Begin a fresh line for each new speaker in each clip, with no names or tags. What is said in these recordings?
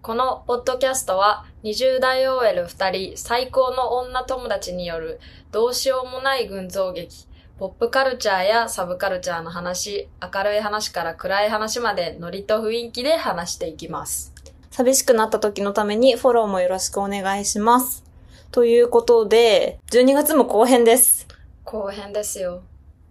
このポッドキャストは20代 OL2 人最高の女友達によるどうしようもない群像劇、ポップカルチャーやサブカルチャーの話、明るい話から暗い話までノリと雰囲気で話していきます。
寂しくなった時のためにフォローもよろしくお願いします。ということで、12月も後編です。
後編ですよ。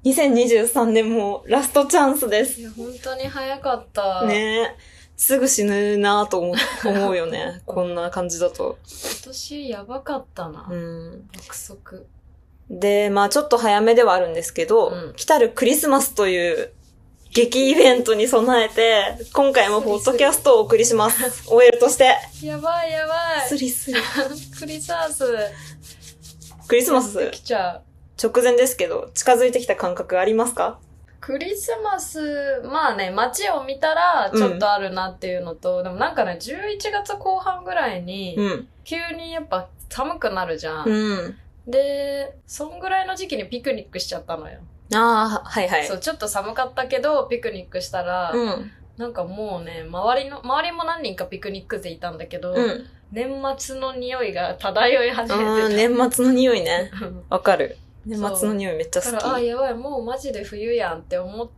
2023年もラストチャンスです。
いや、本当に早かった。
ねえ。すぐ死ぬなぁと思うよね。こんな感じだと。
今年やばかったな。約束。
で、まあちょっと早めではあるんですけど、来たるクリスマスという激イベントに備えて、今回もポッドキャストをお送りします。OL として。
やばいやばい。
スリスリ。
クリスマス。
クリスマス
来ちゃう。
直前ですけど、近づいてきた感覚ありますか？
クリスマス、まあね、街を見たらちょっとあるなっていうのと、でもなんかね、11月後半ぐらいに、急にやっぱ寒くなるじゃん。で、そんぐらいの時期にピクニックしちゃったのよ。
ああ、はいはい。
そう、ちょっと寒かったけど、ピクニックしたら、なんかもうね、周りも何人かピクニックでいたんだけど、年末の匂いが漂い始めてた。
年末の匂いね。わかる。年末の匂いめっちゃ好き。
だから、やばい、もうマジで冬やんって思って、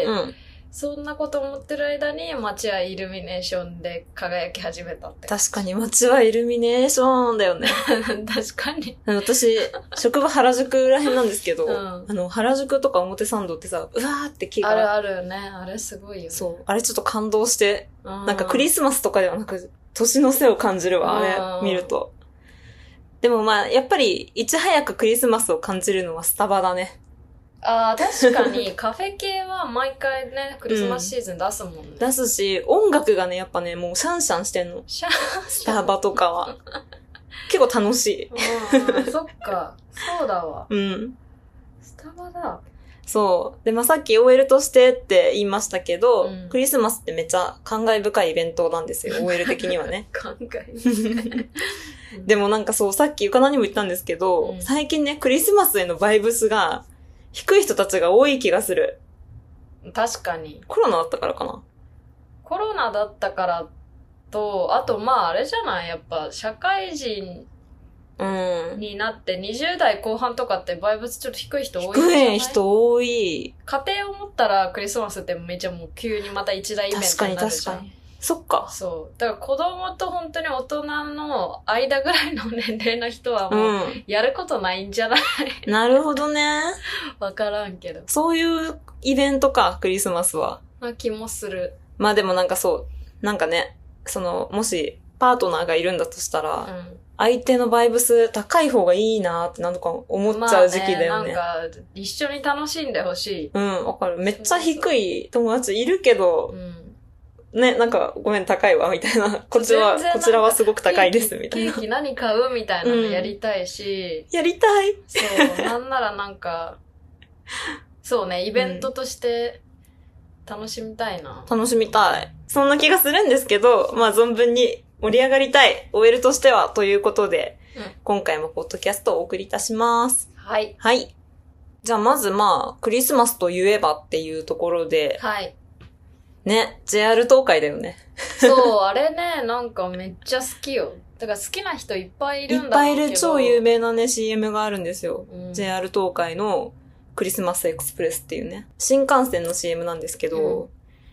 そんなこと思ってる間に街はイルミネーションで輝き始めたって。
確かに街はイルミネーションだよね。
確かに。
私、職場原宿らへんなんですけど、原宿とか表参道ってさ、うわーって木が。
あるね。あれすごいよね。
そう。あれちょっと感動して、なんかクリスマスとかではなく、年の瀬を感じるわ、あれ見ると。でもまあ、やっぱり、いち早くクリスマスを感じるのはスタバだね。
ああ、確かに、カフェ系は毎回ね、クリスマスシーズン出すもんね。
出すし、音楽がね、やっぱね、もうシャンシャンしてんの。スタバとかは。結構楽しい。
そっか。そうだわ。スタバだ。
そう。で、まあ、さっき OL としてって言いましたけど、クリスマスってめっちゃ感慨深いイベントなんですよ、OL 的にはね。
感慨深い。
でもなんかそう、さっきゆかなにも言ったんですけど、最近ね、クリスマスへのバイブスが低い人たちが多い気がする。
確かに。
コロナだったからかな。
コロナだったからと、あとまああれじゃない、やっぱ社会人になって20代後半とかってバイブスちょっと低い人多いじゃない？
低い人多い。
家庭を持ったらクリスマスってめっちゃもう急にまた一大イベントになるじゃん。
確かに。そっか。
そう。だから子供と本当に大人の間ぐらいの年齢の人はもうやることないんじゃない？
なるほどね。
わからんけど。
そういうイベントか、クリスマスは。
な気もする。
まあでもなんかそう、なんかね、もしパートナーがいるんだとしたら、相手のバイブス高い方がいいなってなんとか思っちゃう時期だよね。
なんか、一緒に楽しんでほしい。
わかる。めっちゃ低い友達いるけど、ね、なんか、ごめん、高いわ、みたいな。こちらはすごく高いです、みたいな。
ケーキ何買うみたいなのやりたいし。
やりたい。
そう、なんならなんか、そうね、イベントとして楽しみたいな。
楽しみたい。そんな気がするんですけど、まあ存分に盛り上がりたい。OL としては、ということで、今回もポッドキャストをお送りいたします。
はい。
はい。じゃあまずまあ、クリスマスといえばっていうところで、
はい。
ね、JR 東海だよね。
そう、あれね、なんかめっちゃ好きよ。だから好きな人いっぱいいるんだろうけど。
いっぱいいる超有名なね、CM があるんですよ。JR 東海のクリスマスエクスプレスっていうね。新幹線の CM なんですけど、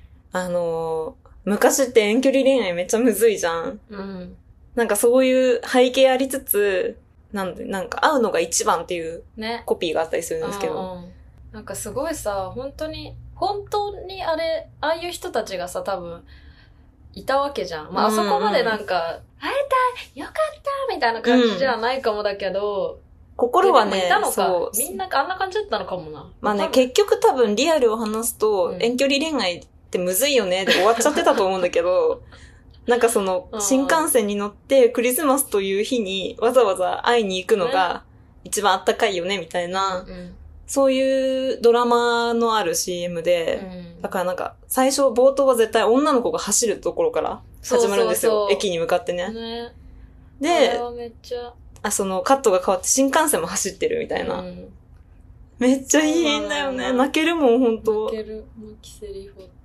昔って遠距離恋愛めっちゃむずいじゃん。なんかそういう背景ありつつ、なんか会うのが一番っていうコピーがあったりするんですけど。
なんかすごいさ、本当にああいう人たちがさ、多分、いたわけじゃん。まあ、あそこまでなんか、会えたよかったみたいな感じじゃないかもだけど、
心はね、
そう。みんなあんな感じだったのかもな。
まあね、結局多分リアルを話すと、遠距離恋愛ってむずいよねで終わっちゃってたと思うんだけど、なんか新幹線に乗ってクリスマスという日にわざわざ会いに行くのが一番あったかいよねみたいな、そういうドラマのある CM で、だからなんか最初冒頭は絶対女の子が走るところから始まるんですよ。駅に向かってね。で、
めっちゃ
カットが変わって新幹線も走ってるみたいな。めっちゃいいんだよね。泣けるもん、ほんと。
泣ける。泣きセリフ。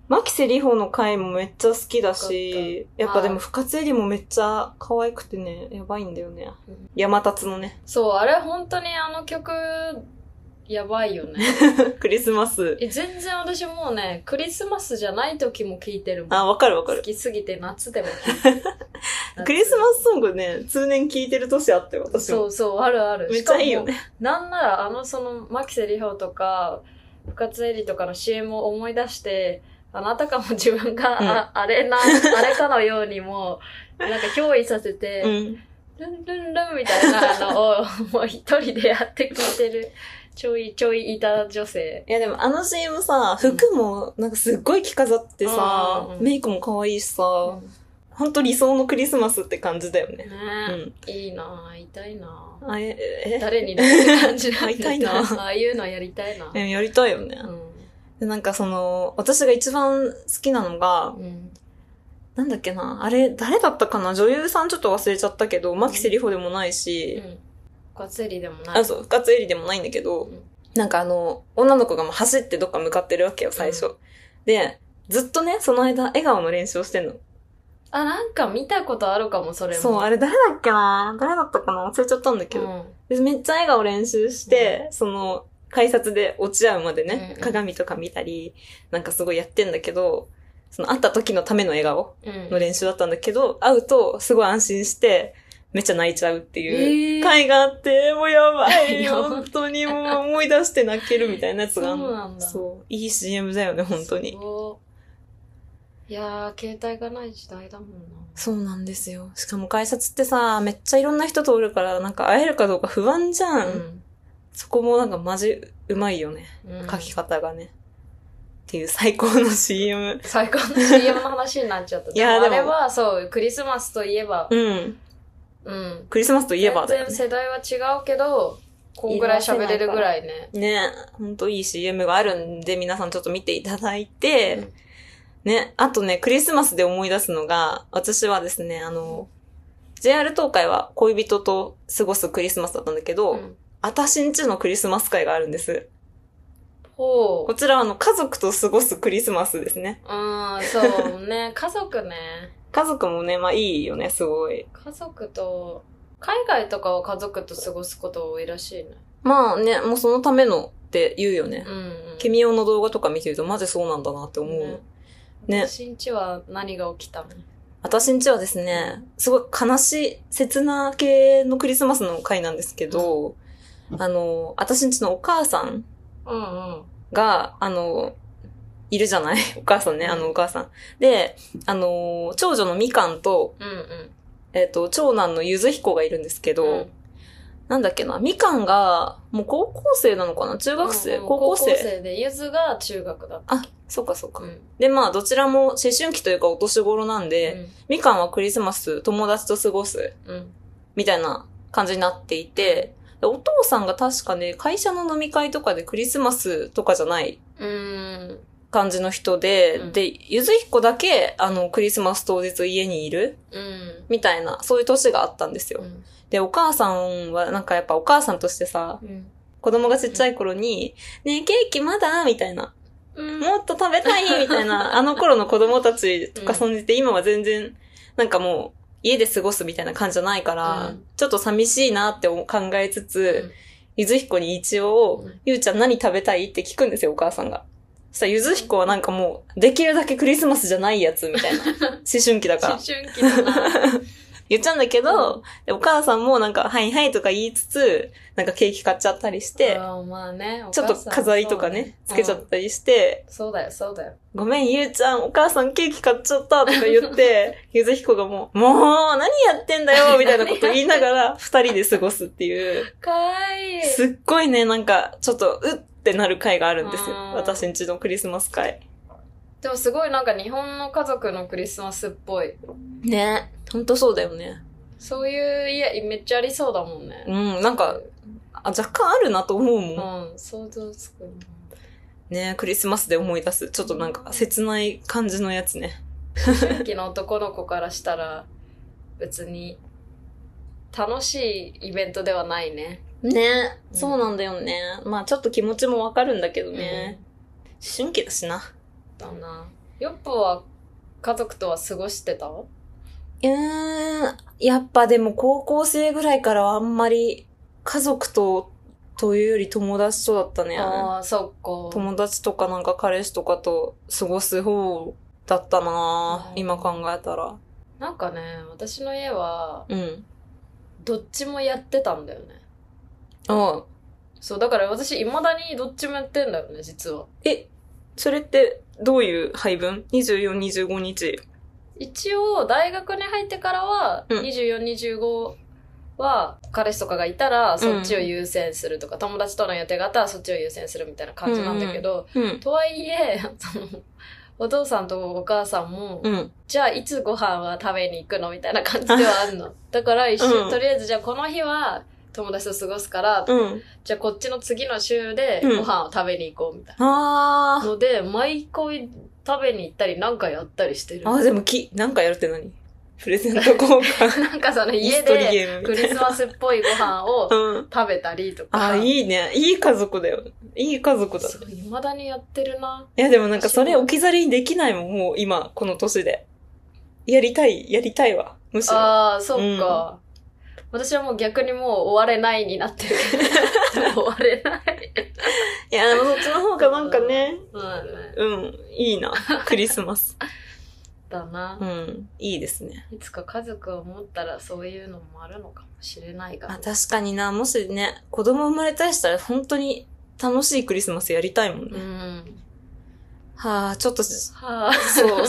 牧瀬里穂の回もめっちゃ好きだし、やっぱでも深津絵里もめっちゃ可愛くてね、やばいんだよね。山立のね。
そう、あれ本当にあの曲、やばいよね。
クリスマス。
全然私もうね、クリスマスじゃない時も聴いてるもん。
あ、わかるわかる。
好きすぎて夏でも聴いてる。
クリスマスソングね、通年聴いてる年あったよ、私も。
そうそう、あるある。
めっちゃいいよね。
なんなら牧瀬里穂とか、深津絵里とかの CM を思い出して、あなたかも自分が、あれかのようにも、なんか憑依させて、ルンルンルンみたいなのを、もう一人でやって聞いてる、ちょいいた女性。
いやでもあの CM さ、服もなんかすっごい着飾ってさ、メイクも可愛いしさ、ほんと理想のクリスマスって感じだよね。
ねえ、いいなぁ、会いたいな
ぁ。
誰にだって感じなんだ
会いたいなぁ。
ああいうのやりたいな。
やりたいよね。でなんか私が一番好きなのが、なんだっけな、あれ、誰だったかな、女優さんちょっと忘れちゃったけど、牧瀬里穂でもないし、
深津絵里でもない。
あ、そう、深津絵里でもないんだけど、なんか女の子がもう走ってどっか向かってるわけよ、最初。で、ずっとね、その間、笑顔の練習をしてんの。
あ、なんか見たことあるかも、それも。
そう、あれ誰だっけな、誰だったかな、忘れちゃったんだけど。でめっちゃ笑顔練習して、改札で落ち合うまでね、鏡とか見たり、なんかすごいやってんだけど、会った時のための笑顔の練習だったんだけど、会うとすごい安心して、めっちゃ泣いちゃうっていう回があって、もうやばいよ、本当にもう思い出して泣けるみたいなやつがあるの。
そうなんだ。
そう。いい CM だよね、本当に。
いやー、携帯がない時代だもんな。
そうなんですよ。しかも改札ってさ、めっちゃいろんな人通るから、なんか会えるかどうか不安じゃん。そこもなんかマジうまいよね。書き方がね。っていう最高の CM。
最高の CM の話になっちゃった。いや、でもあれはそう、クリスマスといえば。
クリスマスといえばだよね。
全然世代は違うけど、こんぐらい喋れるぐらいね。
ね、ほんといい CM があるんで、皆さんちょっと見ていただいて、ね、あとね、クリスマスで思い出すのが、私はですね、JR 東海は恋人と過ごすクリスマスだったんだけど、あたしんちのクリスマス会があるんです。こちらは家族と過ごすクリスマスですね。
そうね、家族ね。
家族もね、まあいいよね、すごい。
家族と、海外とかは家族と過ごすこと多いらしいね。
まあね、もうそのためのって言うよね。ケミオの動画とか見てるとマジそうなんだなって思う。ね。
私んちは何が起きたの？
私んちはですね、すごい悲しい、切な系のクリスマスの回なんですけど、私んちのお母さんが、いるじゃないお母さんね、お母さん。で、長女のみかんと、長男のゆずひこがいるんですけど、なんだっけな、みかんが、もう高校生なのかな、中学生、高校生
で、ゆずが中学だった。
あ、そうかそうか。で、まあ、どちらも思春期というかお年頃なんで、みかんはクリスマス友達と過ごす、みたいな感じになっていて、お父さんが確かね、会社の飲み会とかでクリスマスとかじゃない感じの人で、で、ゆずひこだけ、クリスマス当日家にいる、みたいな、そういう年があったんですよ。で、お母さんは、なんかやっぱお母さんとしてさ、子供がちっちゃい頃に、ねえ、ケーキまだみたいな。もっと食べたいみたいな、あの頃の子供たちとかそんでて、今は全然、なんかもう、家で過ごすみたいな感じじゃないから、ちょっと寂しいなって考えつつ、ゆずひこに一応、ゆうちゃん何食べたいって聞くんですよ、お母さんが。そしたらゆずひこはなんかもう、できるだけクリスマスじゃないやつみたいな。思春期だから。
思春期だな。
言っちゃうんだけど、お母さんもなんか、はいはいとか言いつつ、なんかケーキ買っちゃったりして、
まあね、
ちょっと飾りとかね、つけちゃったりして、
そうだよ、そうだよ。
ごめん、ゆうちゃん、お母さんケーキ買っちゃったとか言って、ゆずひこがもう何やってんだよみたいなこと言いながら、二人で過ごすっていう。
かわいい。
すっごいね、なんか、ちょっと、うってなる回があるんですよ。私んちのクリスマス会。
でもすごいなんか日本の家族のクリスマスっぽい。
ね。ほんとそうだよね。
そういう家めっちゃありそうだもんね。
なんか、若干あるなと思うも
ん。想像つく
ね。クリスマスで思い出す。ちょっとなんか切ない感じのやつね。
思春期の男の子からしたら、別に、楽しいイベントではないね。
ね。そうなんだよね。まあちょっと気持ちもわかるんだけどね。思春期だしな。
だな。 ヨップは家族とは過ごしてた？
やっぱでも高校生ぐらいからはあんまり家族というより友達とだったね。
ああ、そっか。
友達とかなんか彼氏とかと過ごす方だったな、今考えたら。
なんかね、私の家は、
うん。
どっちもやってたんだよね。
ああ。
そう、だから私未だにどっちもやってんだよね、実は。
それってどういう配分？ 24、25日。
一応、大学に入ってからは、
うん
24、25は、彼氏とかがいたら、そっちを優先するとか、友達との予定があったらそっちを優先するみたいな感じなんだけど、とはいえ、お父さんとお母さんも、じゃあいつご飯は食べに行くのみたいな感じではあるの。だから一緒、とりあえずじゃあこの日は友達と過ごすから、じゃあこっちの次の週でご飯を食べに行こうみたいな。ので、毎回食べに行ったりなんかやったりしてる。
でもなんかやるって何？プレゼント交換。
なんかその家でクリスマスっぽいご飯を食べたりとか。
いいね。いい家族だよ。いい家族だ。
そう、未だにやってるな。
いやでもなんかそれ置き去りにできないもん、もう今、この年で。やりたいわ。むしろ。
ああ、そっか。私はもう逆にもう終われないになってるけど。終われない。
いや、でもそっちの方がなんかね。いいな。クリスマス。
だな。
いいですね。
いつか家族を持ったらそういうのもあるのかもしれないが、ね。
確かにな。もしね、子供生まれたりしたら本当に楽しいクリスマスやりたいもんね。ちょっと、そう、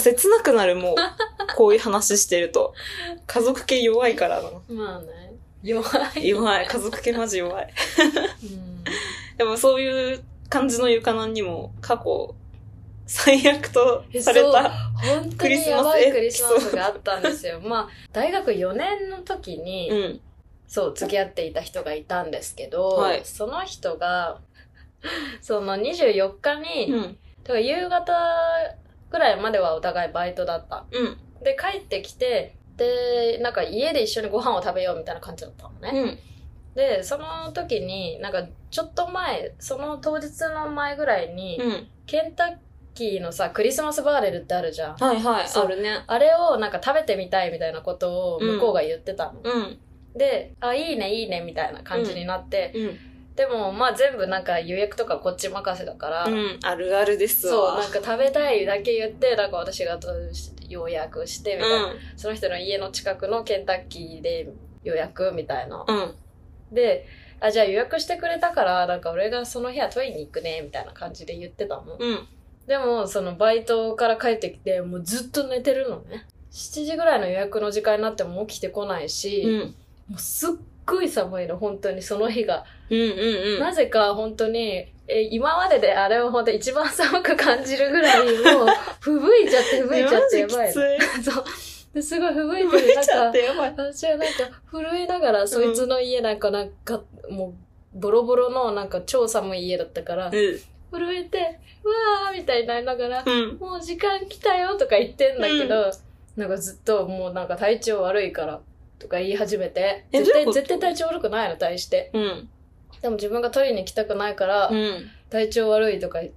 切なくなるもう、こういう話してると。家族系弱いからな。
まあね。弱い。
家族系マジ弱い。でもそういう感じのゆかなんにも過去、最悪とされた
本当にやばいクリスマスがあったんですよ。まあ、大学4年の時に、そう、付き合っていた人がいたんですけど、その人が、その24日に、だから夕方ぐらいまではお互いバイトだった。で、帰ってきて、で、なんか家で一緒にご飯を食べようみたいな感じだったのね。で、その時に、なんかちょっと前、その当日の前ぐらいに、ケンタッキーのさ、クリスマスバーレルってあるじゃん。
あるね。
あれをなんか食べてみたいみたいなことを向こうが言ってたの。で、いいねみたいな感じになって、でも、まあ全部なんか予約とかこっち任せだから。
あるあるです
わ。そう、なんか食べたいだけ言って、なんか私が予約してみたいな。その人の家の近くのケンタッキーで予約みたいな。で、じゃあ予約してくれたから、なんか俺がその日は取りに行くね、みたいな感じで言ってたの。でも、そのバイトから帰ってきて、もうずっと寝てるのね。7時ぐらいの予約の時間になっても起きてこないし、もうすっごい寒いの、本当にその日が。なぜか本当に、今までであれを本当一番寒く感じるぐらいもう、吹雪いちゃってやばい。そう。ですごい吹雪いてる。私はなんか震えながら、そいつの家なんかもう、ボロボロのなんか超寒い家だったから、震えて、うわーみたいになりながら、もう時間来たよとか言ってんだけど、なんかずっともうなんか体調悪いから、とか言い始めて、絶対体調悪くないの、対して。でも自分が取りに行きたくないから、体調悪いとか言って、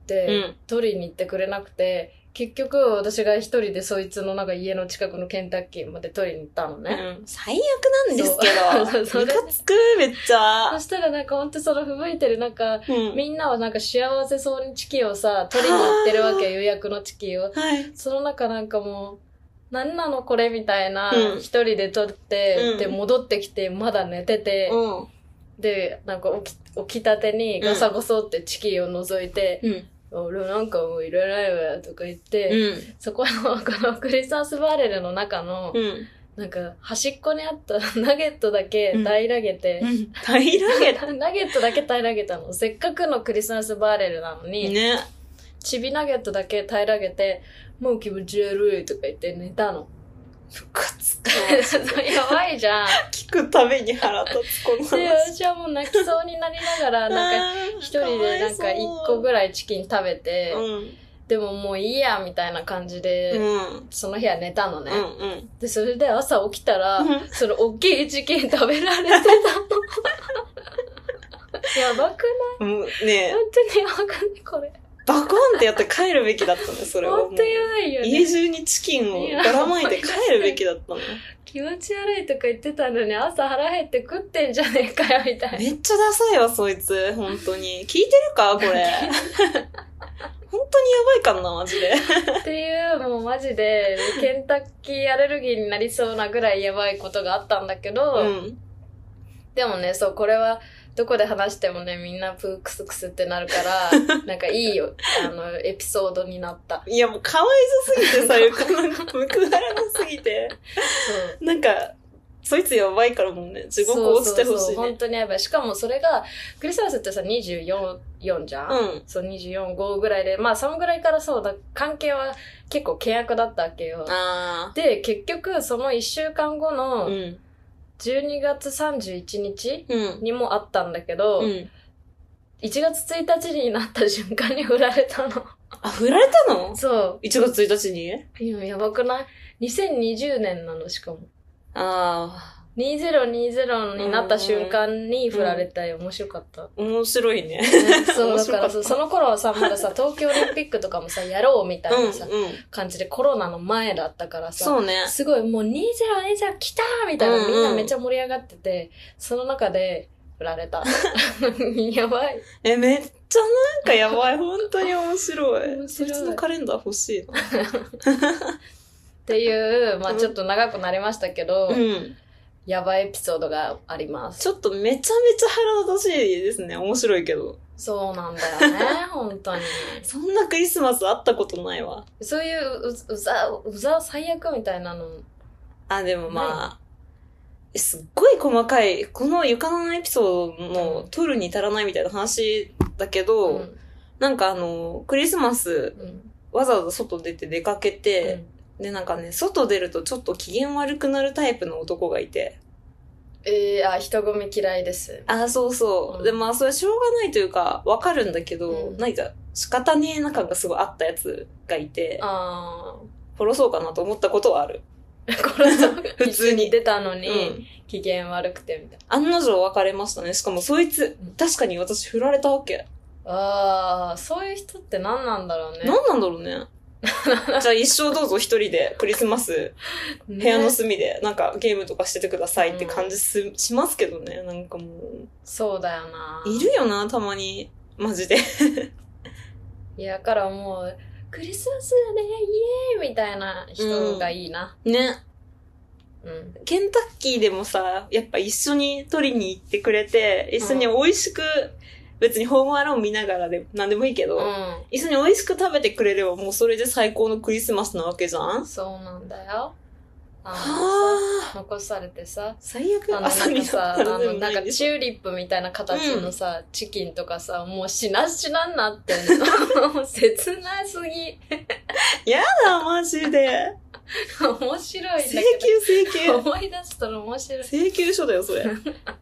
取りに行ってくれなくて、結局私が一人でそいつのなんか家の近くのケンタッキーまで取りに行ったのね。
最悪なんですけど。ムカつく、めっちゃ。
そしたらなんかほんとその吹雪いてるなんか、みんなはなんか幸せそうにチキをさ、取りに行ってるわけよ、予約のチキを。その中なんかもう、何なのこれみたいな、一人で撮って、で、戻ってきて、まだ寝てて、で、なんか起きたてにガサゴソってチキを覗いて、俺なんかもういらないわ、とか言って、そこの、このクリスマスバーレルの中の、なんか端っこにあったナゲットだけ平らげて、ナゲットだけ平らげたの。せっかくのクリスマスバーレルなのに、チビナゲットだけ平らげて、もう気持ち悪いとか言って寝たの。
ムカつく。
やばいじゃん。
聞くために腹立つこの話。
で、私はもう泣きそうになりながら、なんか一人でなんか1個ぐらいチキン食べて、でももういいや、みたいな感じで、その日は寝たのね。で、それで朝起きたら、その大きいチキン食べられてたの。やばくない？
ねえ。
本当にやばくないこれ。
バコンってやって帰るべきだったね、それは。
ほんとやばいよね。
家中にチキンをばらまいて帰るべきだったの。
気持ち悪いとか言ってたのに朝腹減って食ってんじゃねえかよ、みたいな。
めっちゃダサいわ、そいつ。本当に。聞いてるかこれ。本当にやばいかな、マジで。
っていう、もうマジで、ケンタッキーアレルギーになりそうなぐらいやばいことがあったんだけど、でもね、そう、これは、どこで話してもね、みんなプークスクスってなるから、なんかいいよ、エピソードになった。
いや、もうかわいそすぎてさ、よくなんか報われなすぎて。そう。なんか、そいつやばいからもうね、地獄落ちてほしい、ね。そう
本当にやばい。しかもそれが、クリスマスってさ、24じゃんそう、24、5ぐらいで、まあそのぐらいからそうだ、関係は結構険悪だったわけよ。で、結局、その1週間後の、12月31日にもあったんだけど、1月1日になった瞬間に振られたの。
あ、振られたの？
そう。
1月1日に？
やばくない？ 2020 年なの、しかも。2020になった瞬間に振られたよ。面白かった。
面白いね。
そう、だからその頃はさ、まださ、東京オリンピックとかもさ、やろうみたいなさ、感じでコロナの前だったからさ、
そうね。
すごいもう20来たーみたいな、みんなめっちゃ盛り上がってて、その中で振られた。やばい。
めっちゃなんかやばい。本当に面白い。そいつのカレンダー欲しいな。
っていう、まあちょっと長くなりましたけど、やばいエピソードがあります。
ちょっとめちゃめちゃ腹立たしいですね。面白いけど。
そうなんだよね、本当に。
そんなクリスマスあったことないわ。
そういううざ最悪みたいなの。
でもまあ、すっごい細かい、この床のエピソードの取るに足らないみたいな話だけど、なんかクリスマス、わざわざ外出て出かけて、で、なんかね、外出るとちょっと機嫌悪くなるタイプの男がいて。
人混み嫌いです。
そうそう。で、まあ、それしょうがないというか、わかるんだけど、なんか、仕方ねえな感がすごいあったやつがいて、殺そうかなと思ったことはある。
殺そう
普通に。
出たのに、機嫌悪くてみたいな。
案の定別れましたね。しかもそいつ、確かに私振られたわけ。
そういう人って何なんだろうね。
何なんだろうね。じゃあ一生どうぞ一人でクリスマス、部屋の隅でなんかゲームとかしててくださいって感じしますけどね。なんかもう。
そうだよな。
いるよな、たまに。マジで。
いや、からもう、クリスマスだね、イエーイみたいな人がいいな。
ね。ケンタッキーでもさ、やっぱ一緒に取りに行ってくれて、一緒に美味しく、別にホームアローン見ながらで何でもいいけど、一緒に美味しく食べてくれればもうそれで最高のクリスマスなわけじゃん？
そうなんだよ。残されてさ。
最悪。
なんかさ、なんかチューリップみたいな形のさ、チキンとかさ、もうしなしなになってんの。切なすぎ。
やだ、マジで。
面白いんだけ
ど。請求。
思い出したら面白い。
請求書だよ、それ。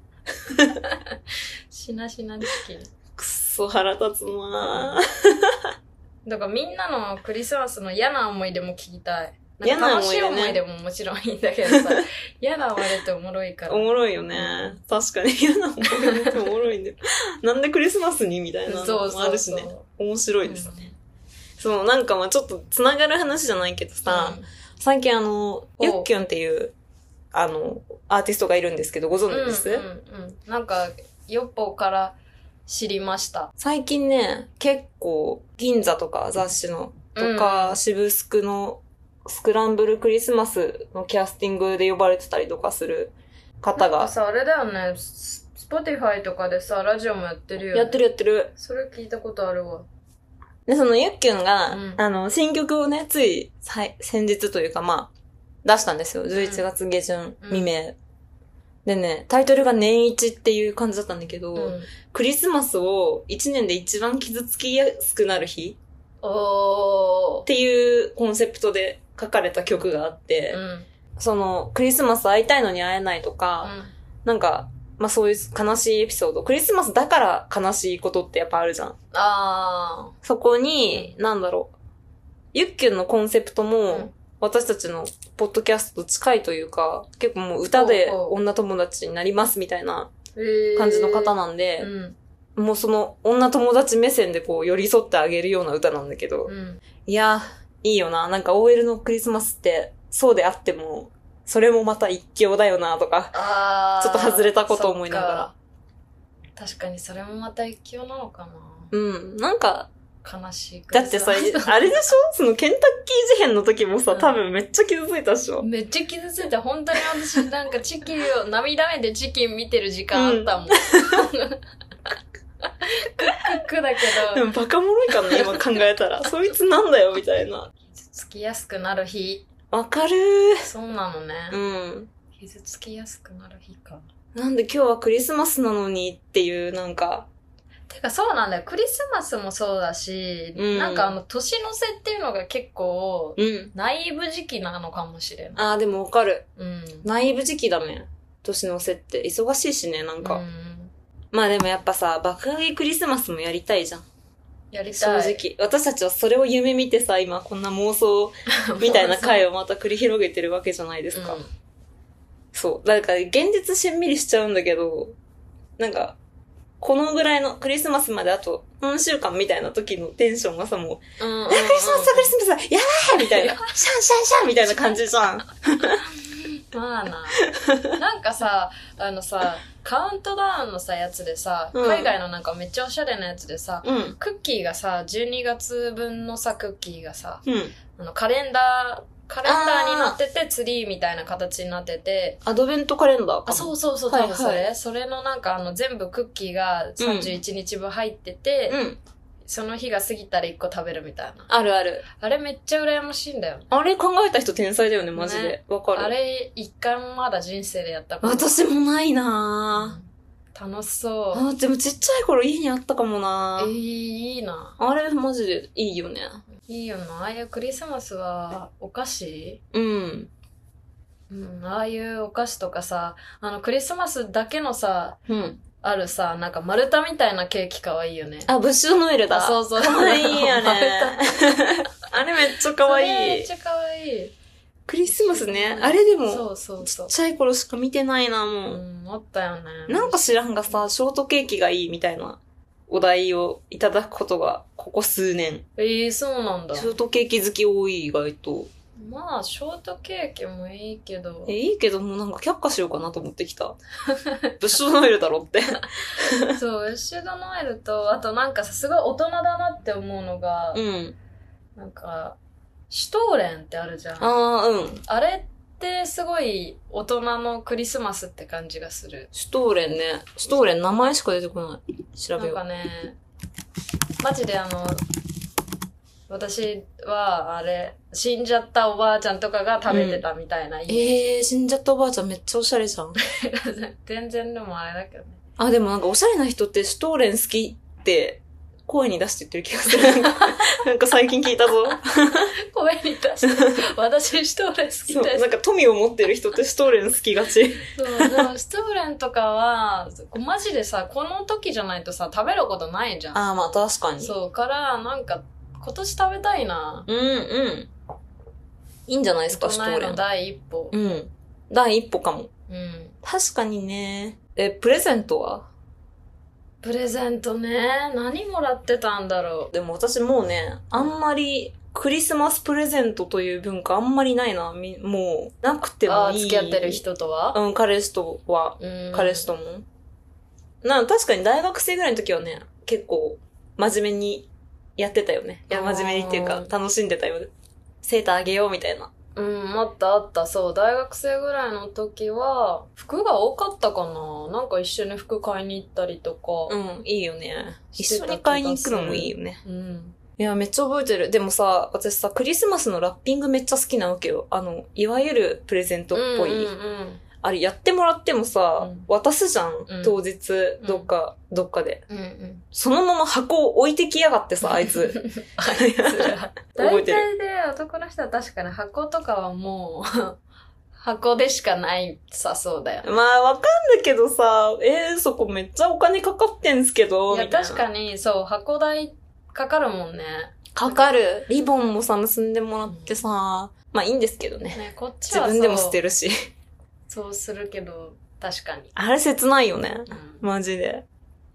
しなしなチキン。
くっそ腹立つな
だからみんなのクリスマスの嫌な思い出も聞きたい。なんか楽しい思い出ももちろんいいんだけどさ、嫌な思い出っておもろいから。
おもろいよね。確かに嫌な思い出っておもろいんだよ。なんでクリスマスにみたいなのもあるしね。面白いですね。なんかまあちょっと繋がる話じゃないけどさ、最近ユッキュンっていう、アーティストがいるんですけど、ご存知です？
なんか、ヨッポーから知りました。
最近ね、結構、銀座とか雑誌の、とか、渋スクのスクランブルクリスマスのキャスティングで呼ばれてたりとかする方が。
なんかさ、あれだよね、Spotify とかでさ、ラジオもやってるよね。
やってる。
それ聞いたことあるわ。
で、そのユッキュンが、新曲をね、つい、先日というかまあ、出したんですよ。11月下旬未明。でね、タイトルが年一っていう感じだったんだけど、クリスマスを1年で一番傷つきやすくなる日っていうコンセプトで書かれた曲があって、クリスマス会いたいのに会えないとか、なんか、まあそういう悲しいエピソード、クリスマスだから悲しいことってやっぱあるじゃん。そこに、なんだろう、ユッキュンのコンセプトも、私たちのポッドキャストと近いというか、結構もう歌で女友達になりますみたいな感じの方なんで、 もうその女友達目線でこう寄り添ってあげるような歌なんだけど、いや、いいよな。なんか OL のクリスマスってそうであっても、それもまた一興だよなとか、ちょっと外れたこと思いながら。
確かにそれもまた一興なのかな。
なんか、
悲しい。
だってさ、あれでしょそのケンタッキー事変の時もさ、多分めっちゃ傷ついたでしょ、
めっちゃ傷ついた。本当に私なんかチキンを、涙目でチキン見てる時間あったもん。クックだけど。
でもバカもろいかな、今考えたら。そいつなんだよ、みたいな。
傷つきやすくなる日。
わかるー。
そうなのね。傷つきやすくなる日か。
なんで今日はクリスマスなのにっていう、なんか。
てかそうなんだよ。クリスマスもそうだし、なんか年の瀬っていうのが結構、ナイーブ時期なのかもしれない。
でもわかる。ナイーブ時期だね。年の瀬って。忙しいしね、なんか。まあでもやっぱさ、爆上げクリスマスもやりたいじゃん。
やりたい。
正直。私たちはそれを夢見てさ、今こんな妄想みたいな回をまた繰り広げてるわけじゃないですか。そう。だから現実しんみりしちゃうんだけど、なんか、このぐらいのクリスマスまであと何週間みたいな時のテンションがさ、もう、クリスマスやばいみたいな、シャンシャンシャンみたいな感じじゃん。
まあな。なんかさ、カウントダウンのさ、やつでさ、海外のなんかめっちゃおしゃれなやつでさ、クッキーがさ、12月分のさ、クッキーがさ、カレンダーになってて、ツリーみたいな形になってて。
アドベントカレンダーか。
そう、多分それ。それのなんか全部クッキーが31日分入ってて、その日が過ぎたら1個食べるみたいな。
あるある。
あれめっちゃ羨ましいんだよ。
あれ考えた人天才だよね、マジで。わかる。
あれ、一回もまだ人生でやったことない。
私もないな
ぁ。楽しそう。
でもちっちゃい頃家にあったかもなぁ。
いいな。
あれマジでいいよね。
いいよな。ああいうクリスマスは、お菓子ああいうお菓子とかさ、クリスマスだけのさ、あるさ、なんか丸太みたいなケーキかわいいよね。
ブッシュノエルだ。
そう。
かわいいよね。あれめっちゃかわいい。
めっちゃかわいい。
クリスマスね。あれでも、
ち
っちゃい頃しか見てないな、も
う。あったよね。
なんか知らんがさ、ショートケーキがいいみたいなお題をいただくことが、ここ数年。
そうなんだ。
ショートケーキ好き多い、意外と。
まあ、ショートケーキもいいけど。
いいけど、もうなんか却下しようかなと思ってきた。ブッシュノエルだろって。
そう、ブッシュノエルと、あとなんかさ、すごい大人だなって思うのが、なんか、シュトーレンってあるじゃん。あれってすごい大人のクリスマスって感じがする。
シュトーレンね。シュトーレン名前しか出てこない。調べよう。
なんかね、マジで私はあれ、死んじゃったおばあちゃんとかが食べてたみたいなイメージ。
死んじゃったおばあちゃんめっちゃおしゃれじゃん。
全然でもあれだけどね。
でもなんかおしゃれな人ってシュトーレン好きって声に出して言ってる気がする。なんか最近聞いたぞ。
声に出して。私シュトーレン好きです。
なんか富を持ってる人ってシュトーレン好きがち。
そう、でもシュトーレンとかは、マジでさ、この時じゃないとさ、食べることないじゃん。
まあ確かに。
そう、なんか、今年食べたいな。
いいんじゃないですか、シュトーレン。
第一歩。
第一歩かも。確かにね。プレゼントは？
プレゼントね。何もらってたんだろう。
でも私もうね、あんまりクリスマスプレゼントという文化あんまりないな。もう、なくてもいい。
付き合ってる人とは？
彼氏とは。彼氏とも。確かに大学生ぐらいの時はね、結構真面目にやってたよね。真面目にっていうか、楽しんでたよね。セーターあげようみたいな。
あった。そう、大学生ぐらいの時は、服が多かったかな。なんか一緒に服買いに行ったりとか。
いいよね。一緒に買いに行くのもいいよね。いや、めっちゃ覚えてる。でもさ、私さ、クリスマスのラッピングめっちゃ好きなわけよ。いわゆるプレゼントっぽい。あれやってもらってもさ、渡すじゃん。当日、どっかで。そのまま箱を置いてきやがってさ、あいつ。
大体で男の人は確かに箱とかはもう、箱でしかないさそうだよ。
まあ、わかんだけどさ、そこめっちゃお金かかってんすけど、
いや、確かに、そう、箱代かかるもんね。
かかる。リボンもさ、結んでもらってさ、まあいいんですけどね。
こっちは
自分でも捨てるし。
そうするけど、確かに。
あれ切ないよね。マジで。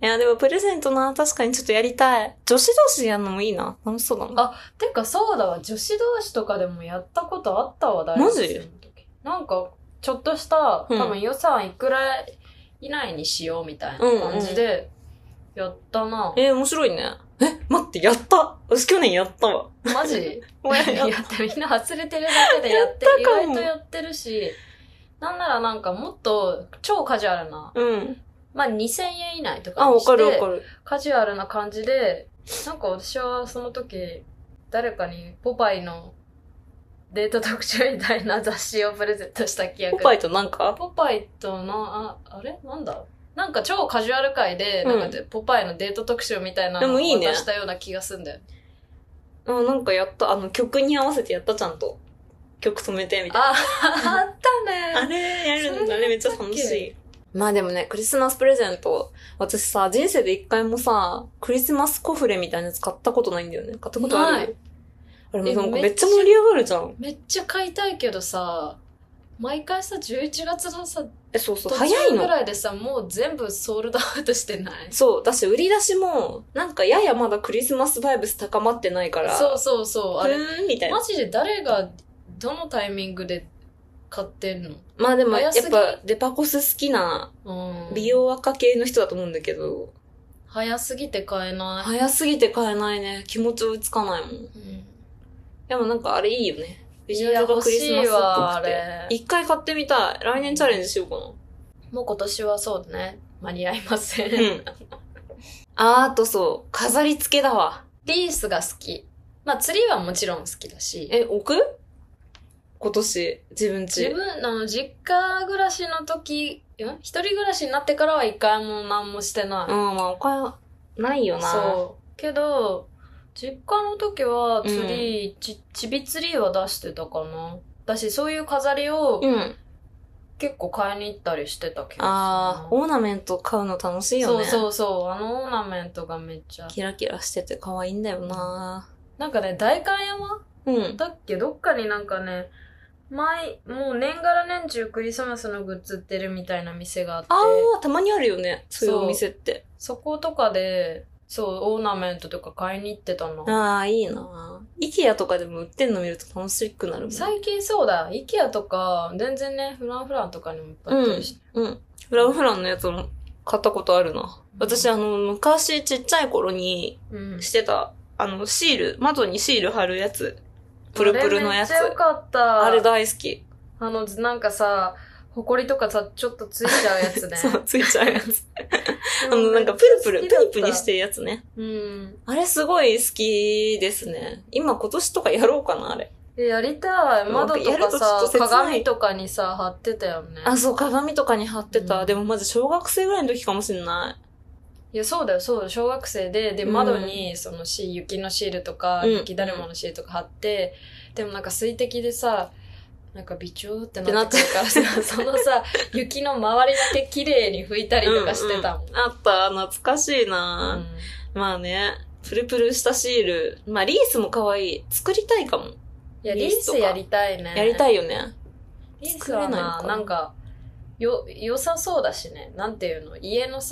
いや、でもプレゼントな、確かにちょっとやりたい。女子同士でやるのもいいな。楽しそうだな。
あ、てかそうだわ。女子同士とかでもやったことあったわ、大
マジ
学生の時。なんか、ちょっとした、多分予算いくら以内にしようみたいな感じで、やったな。
面白いね。待って、やった私去年やったわ。
マジいやってみんな忘れてるだけでやって意外とやってるし、なんならなんかもっと超カジュアルな。まあ、2000円以内とかにして。
わかるわかる。
カジュアルな感じで、なんか私はその時、誰かにポパイのデート特集みたいな雑誌をプレゼントした記憶。
ポパイとなんか
ポパイとあれなんだなんか超カジュアル界で、なんかポパイのデート特集みたいなのを渡したような気がすんだよ。
なんかやった。曲に合わせてやった、ちゃんと。曲止めて、みたいな。
あったね。
あれやるんだね、めっちゃ楽しい。まあでもね、クリスマスプレゼント、私さ、人生で一回もさ、クリスマスコフレみたいなやつ買ったことないんだよね。買ったことある？
ない。
あれもなんかめっちゃ盛り上がるじゃん。
めっちゃ買いたいけどさ、毎回さ、11月のさ、
そう、
途
早いの。
中ぐらいでさ、もう全部ソールドアウトしてない？
そう、だし売り出しも、なんかややまだクリスマスバイブス高まってないから。
そう。あれ、
みたいな。
マジで誰が、どのタイミングで買ってんの？
まあでもやっぱデパコス好きな美容若系の人だと思うんだけど。
早すぎて買えない。
早すぎて買えないね。気持ち追いつかないもん。でもなんかあれいいよね。ビジュアルがクリスマスっぽくて。一回買ってみたい。来年チャレンジしようかな。
もう今年はそうだね。間に合いません。
あとそう、飾り付けだわ。
リースが好き。まあツリーはもちろん好きだし。
置く？今年、自分家。
実家暮らしの時、一人暮らしになってからは一回も何もしてない。
まあお金ないよな。
そう。けど、実家の時はツリー、ちびツリーは出してたかな。だし、そういう飾りを、結構買いに行ったりしてたけど。
オーナメント買うの楽しいよね。
そう。オーナメントがめっちゃ。
キラキラしてて可愛いんだよな。
なんかね、代官山だっけどっかになんかね、もう年がら年中クリスマスのグッズ売ってるみたいな店があって。
たまにあるよね。そういうお店って。
そことかで、オーナメントとか買いに行ってたな。
いいな。イケアとかでも売ってんの見ると楽しくなるもん。
最近そうだ。イケアとか、全然ね、フランとかにもいっぱい売ってるし。
フランのやつも買ったことあるな。私昔ちっちゃい頃にしてた、シール、窓にシール貼るやつ。プルプルのやつ。
あれめっちゃよかった。
あれ大好き。
なんかさ、ホコリとかさ、ちょっとついちゃうやつね。
そう、ついちゃうやつ。なんかプニプニしてるやつね。あれすごい好きですね。今年とかやろうかな、あれ。
やりたい。窓とかさ、鏡とかにさ、貼ってたよね。
そう、鏡とかに貼ってた。でもまず小学生ぐらいの時かもしれない。
いや、そうだよ。小学生で、窓に、雪のシールとか、雪だるまのシールとか貼って、でもなんか水滴でさ、なんか微調ってなってくるからさ、そのさ、雪の周りだけ綺麗に拭いたりとかしてたもん。
あった、懐かしいな、まあね、プルプルしたシール。まあリースも可愛い。作りたいかも。
いや、リースやりたいね。
やりたいよね。
リースはなんか、良さそうだしね。なんていうの？家の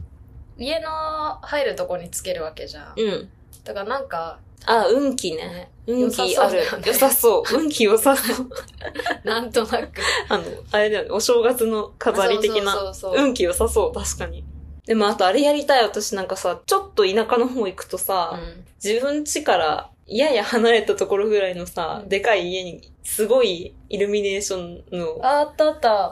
入るとこにつけるわけじゃん。だからなんか、
運気ね。運気ある。良さそう。運気良さそう。
なんとなく。
あれだよね。お正月の飾り的な。運気良さそう。確かに。でもあとあれやりたい。私なんかさ、ちょっと田舎の方行くとさ、自分家からやや離れたところぐらいのさ、でかい家にすごいイルミネーションの。
あった。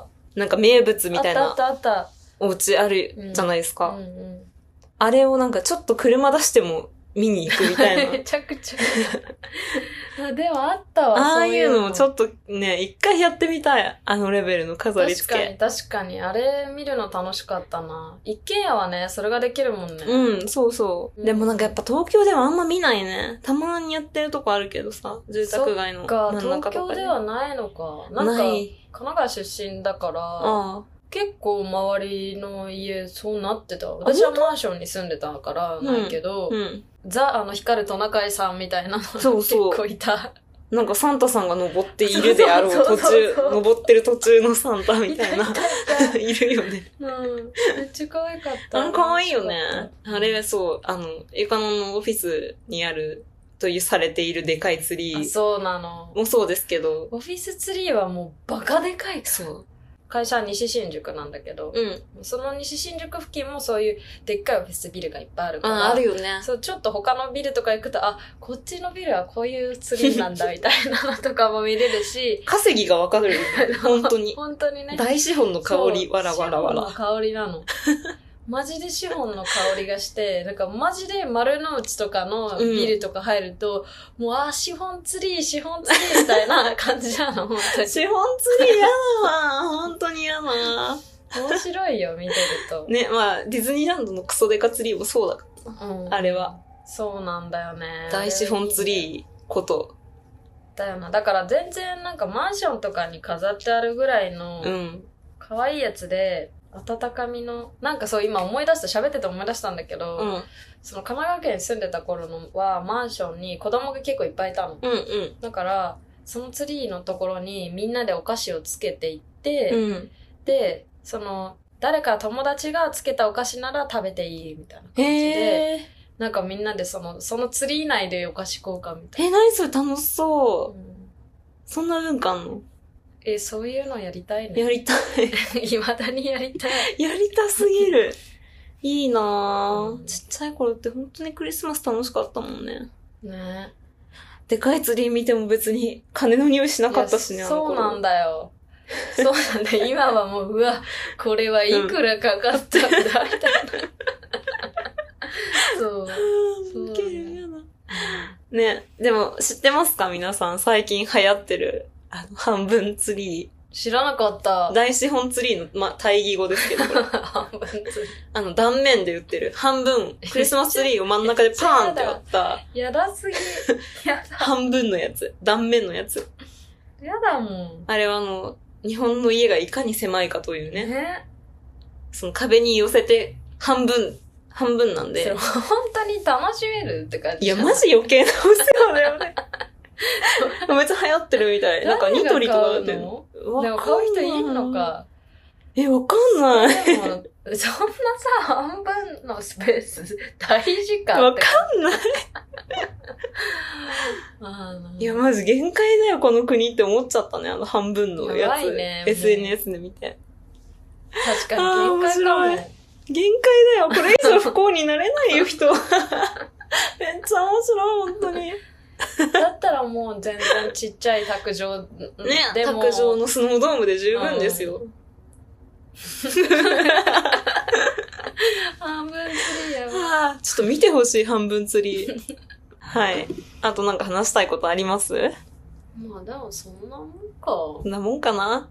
なんか名物みたいな。
あった。
お家あるじゃないですか。あれをなんかちょっと車出しても見に行くみたいな。
めちゃくちゃ。でもあったわ、
ああいうのもちょっとね、一回やってみたい。レベルの飾り付け。
確かに。あれ見るの楽しかったな。一軒家はね、それができるもんね。
そう。でもなんかやっぱ東京ではあんま見ないね。たまにやってるとこあるけどさ、住宅街の真ん中とかで。
東京ではないのか。なんか、神奈川出身だから、結構周りの家そうなってた。私はマンションに住んでたからないけど、光るトナカイさんみたいなの結構いた。
なんかサンタさんが登っているであろう途中、登ってる途中のサンタみたいな、いるよね。
うん。めっちゃ可愛かった。
可愛いよね。あれ、そう、ゆかののオフィスにあるというされているでかいツリー。
そうなの。
もそうですけど。
オフィスツリーはもうバカでかいから。
そう。
会社は西新宿なんだけど、その西新宿付近もそういうでっかいオフィスビルがいっぱいあるから、
あるよね。
そう、ちょっと他のビルとか行くと、あ、こっちのビルはこういうツリーなんだみたいなのとかも見れるし、
稼ぎがわかるよね。本当に。
本当にね。
大資本の香り、わらわらわら。
資本の香りなの。マジで資本の香りがして、なんかマジで丸の内とかのビルとか入ると、もう資本ツリーみたいな感じなの、本当に。
資本ツリー嫌だわ。本当に嫌だな。
面白いよ、見てると。
ね、まあ、ディズニーランドのクソデカツリーもそうだから、あれは。
そうなんだよね。
大資本ツリーこと。
だよな。だから全然なんかマンションとかに飾ってあるぐらいの、可愛いやつで、温かみの、なんかそう今思い出した、喋ってて思い出したんだけど、その神奈川県に住んでた頃のはマンションに子供が結構いっぱいいたの。だから、そのツリーのところにみんなでお菓子をつけていって、で、その、誰か友達がつけたお菓子なら食べていいみたいな感じで、なんかみんなでそのツリー内でお菓子交換みたいな。
何それ楽しそう。そんな文化あんの？
そういうのやりたいね。
やりたい。
未だにやりたい。
やりたすぎる。いいなぁ、ちっちゃい頃って本当にクリスマス楽しかったもんね。
ね。
でかいツリー見ても別に金の匂いしなかったしね、
そうなんだよ。そうなんだよ。今はもう、うわ、これはいくらかかったんだ、みたいな。そう。
ウケるやだ。ね、でも知ってますか皆さん、最近流行ってる。半分ツリー。
知らなかった。
大資本ツリーの、対義語ですけど。
半分ツリー。
断面で売ってる。半分、クリスマスツリーを真ん中でパーンって割った。
やだすぎ。やだ。
半分のやつ。断面のやつ。
やだもん。
あれは日本の家がいかに狭いかというね。その壁に寄せて、半分なんで。
それ本当に楽しめるって感じ。
いや、マジ余計なお世話だよね。めっちゃ流行ってるみたい。なんかニトリとかだってるの？
でも買う人いんのか。
わかんない。
でも、そんなさ、半分のスペース大事かって。
わかんない。いや、マジ限界だよ、この国って思っちゃったね、半分のやつ。やばいね。SNS で見て。
確かに限界かも。
限界だよ。これ以上不幸になれないよ、人。めっちゃ面白い、本当に。
だったらもう全然ちっちゃい卓上でも。
卓上のスノードームで十分ですよ。
半分ツリーやば。
ちょっと見てほしい、半分ツリー。はい。あとなんか話したいことあります？
まあでもそんなもんか。
そんなもんかな、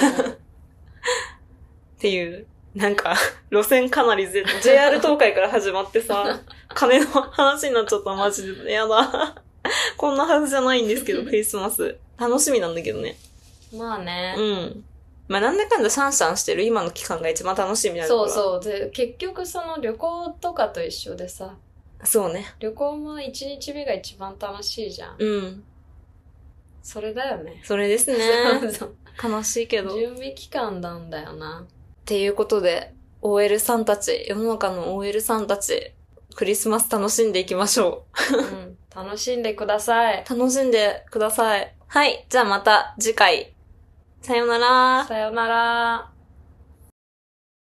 っていう。なんか、路線かなりJR 東海から始まってさ、金の話になっちゃったマジで。やだ。こんなはずじゃないんですけど、クリスマス。楽しみなんだけどね。
まあね。
まあなんだかんだシャンシャンしてる今の期間が一番楽しみなのから。
そう。で、結局その旅行とかと一緒でさ。
そうね。
旅行も1日目が一番楽しいじゃん。それだよね。
それですね。悲しいけど。
準備期間なんだよな。
っていうことで、OL さんたち、世の中の OL さんたち、クリスマス楽しんでいきましょ
う。楽しんでください。
楽しんでください。はい。じゃあまた次回。さよなら。
さよなら。